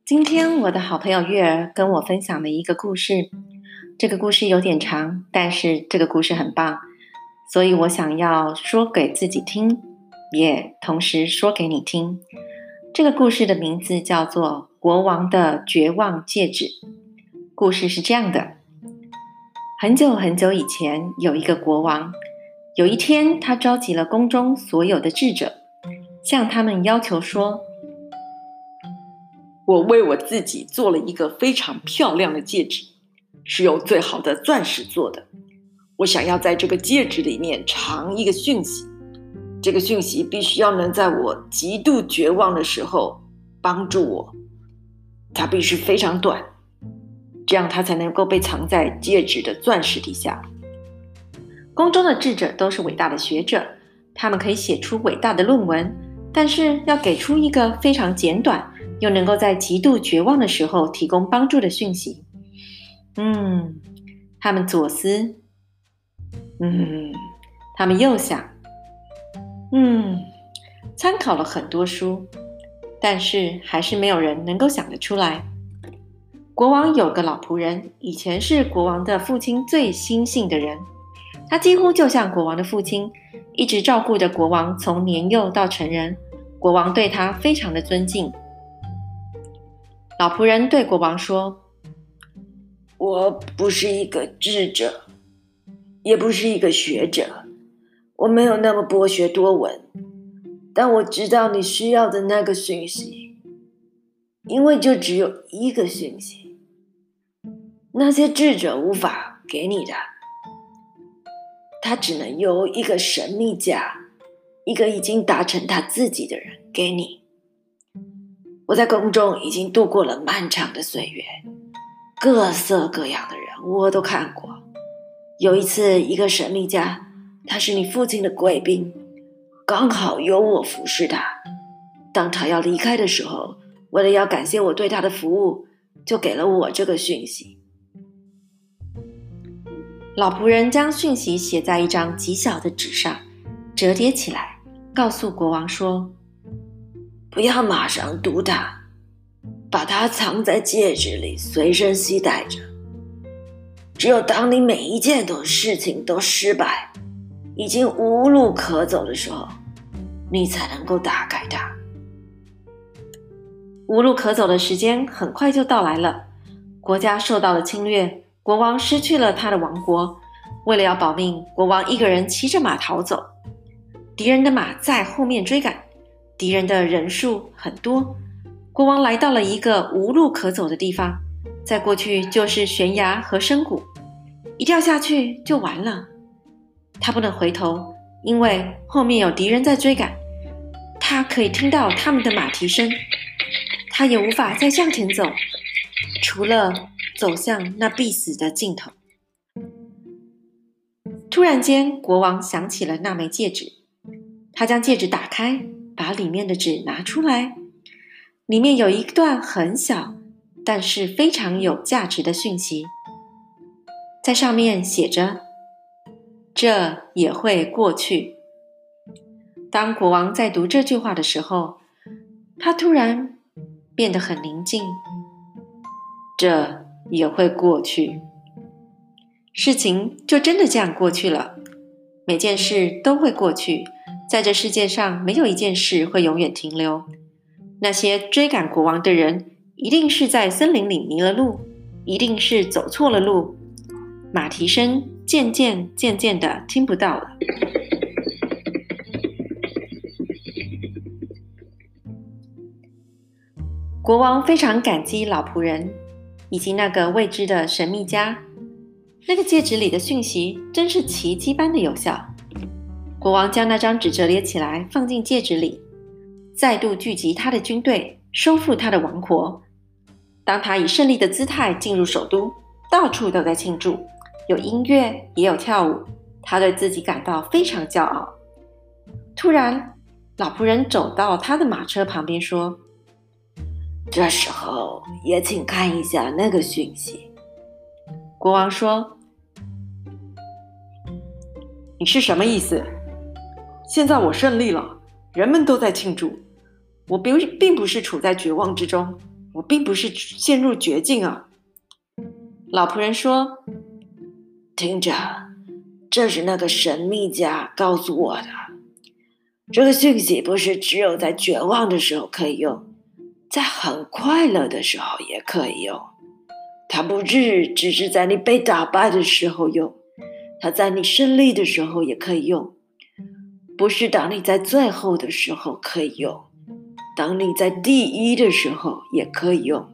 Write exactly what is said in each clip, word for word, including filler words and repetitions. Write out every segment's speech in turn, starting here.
今天我的好朋友月儿跟我分享了一个故事，这个故事有点长，但是这个故事很棒，所以我想要说给自己听，也同时说给你听。这个故事的名字叫做《国王的绝望戒指》。故事是这样的：很久很久以前，有一个国王，有一天他召集了宫中所有的智者，向他们要求说， 我为我自己做了一个非常漂亮的戒指，是用最好的钻石做的。我想要在这个戒指里面藏一个讯息，这个讯息必须要能在我极度绝望的时候帮助我，它必须非常短，这样它才能够被藏在戒指的钻石底下。 宫中的智者都是伟大的学者，他们可以写出伟大的论文，但是要给出一个非常简短又能够在极度绝望的时候提供帮助的讯息。嗯，他们左思，嗯，他们右想，嗯，参考了很多书，但是还是没有人能够想得出来。国王有个老仆人，以前是国王的父亲最亲信的人，他几乎就像国王的父亲，一直照顾着国王从年幼到成人，国王对他非常的尊敬。老仆人对国王说， 我不是一个智者，也不是一个学者，我没有那么博学多闻，但我知道你需要的那个讯息，因为就只有一个讯息，那些智者无法给你的，他只能由一个神秘家，一个已经达成他自己的人给你。我在宫中已经度过了漫长的岁月，各色各样的人我都看过。有一次，一个神秘家，他是你父亲的贵宾，刚好由我服侍他。当他要离开的时候，为了要感谢我对他的服务，就给了我这个讯息。 老仆人将讯息写在一张极小的纸上，折叠起来，告诉国王说， 不要马上读它，把它藏在戒指里，随身携带着。只有当你每一件都事情都失败，已经无路可走的时候，你才能够打开它。 无路可走的时间很快就到来了，国家受到了侵略，国王失去了他的王国。为了要保命，国王一个人骑着马逃走，敌人的马在后面追赶，敌人的人数很多。国王来到了一个无路可走的地方，再过去就是悬崖和深谷，一掉下去就完了。他不能回头，因为后面有敌人在追赶，他可以听到他们的马蹄声，他也无法再向前走，除了走向那必死的尽头。突然间，国王想起了那枚戒指，他将戒指打开，把里面的纸拿出来，里面有一段很小但是非常有价值的讯息，在上面写着，这也会过去。当国王在读这句话的时候，他突然变得很宁静，这也会过去。事情就真的这样过去了，每件事都会过去，在这世界上没有一件事会永远停留。那些追赶国王的人一定是在森林里迷了路，一定是走错了路，马蹄声渐渐渐渐的听不到了。国王非常感激老仆人以及那个未知的神秘家，那个戒指里的讯息真是奇迹般的有效。国王将那张纸折叠起来，放进戒指里，再度聚集他的军队，收复他的王国。当他以胜利的姿态进入首都，到处都在庆祝，有音乐也有跳舞，他对自己感到非常骄傲。突然，老仆人走到他的马车旁边说， 这时候也请看一下那个讯息。 国王说， 你是什么意思？现在我胜利了，人们都在庆祝，我并并不是处在绝望之中， 我并不是陷入绝境啊。老仆人说： 听着，这是那个神秘家告诉我的。这个讯息不是只有在绝望的时候可以用，在很快乐的时候也可以用。它不是只是在你被打败的时候用，它在你胜利的时候也可以用。不是当你在最后的时候可以用，当你在第一的时候也可以用。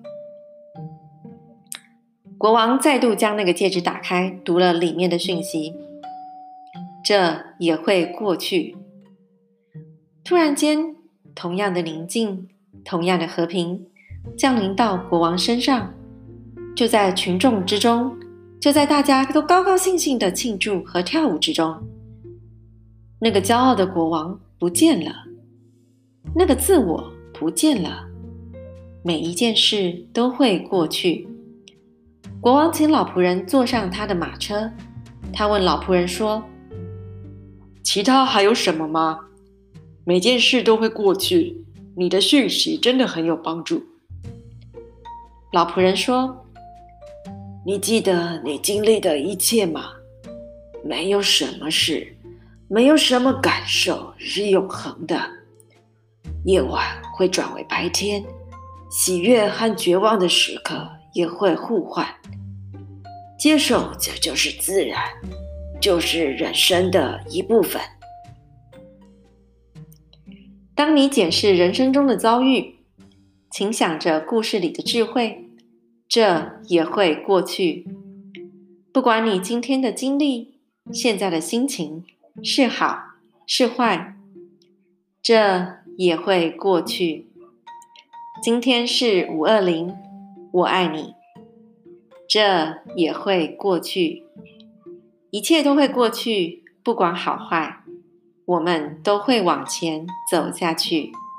国王再度将那个戒指打开，读了里面的讯息。这也会过去。突然间，同样的宁静，同样的和平，降临到国王身上。就在群众之中，就在大家都高高兴兴的庆祝和跳舞之中，那个骄傲的国王不见了，那个自我不见了。每一件事都会过去。国王请老仆人坐上他的马车，他问老仆人说：其他还有什么吗？每件事都会过去，你的讯息真的很有帮助。老仆人说： 你记得你经历的一切吗？没有什么事，没有什么感受是永恒的。夜晚会转为白天，喜悦和绝望的时刻也会互换。接受这就是自然，就是人生的一部分。 当你检视人生中的遭遇，请想着故事里的智慧，这也会过去。不管你今天的经历，现在的心情是好是坏，这也会过去。今天是五二零，我爱你，这也会过去。一切都会过去，不管好坏，我们都会往前走下去。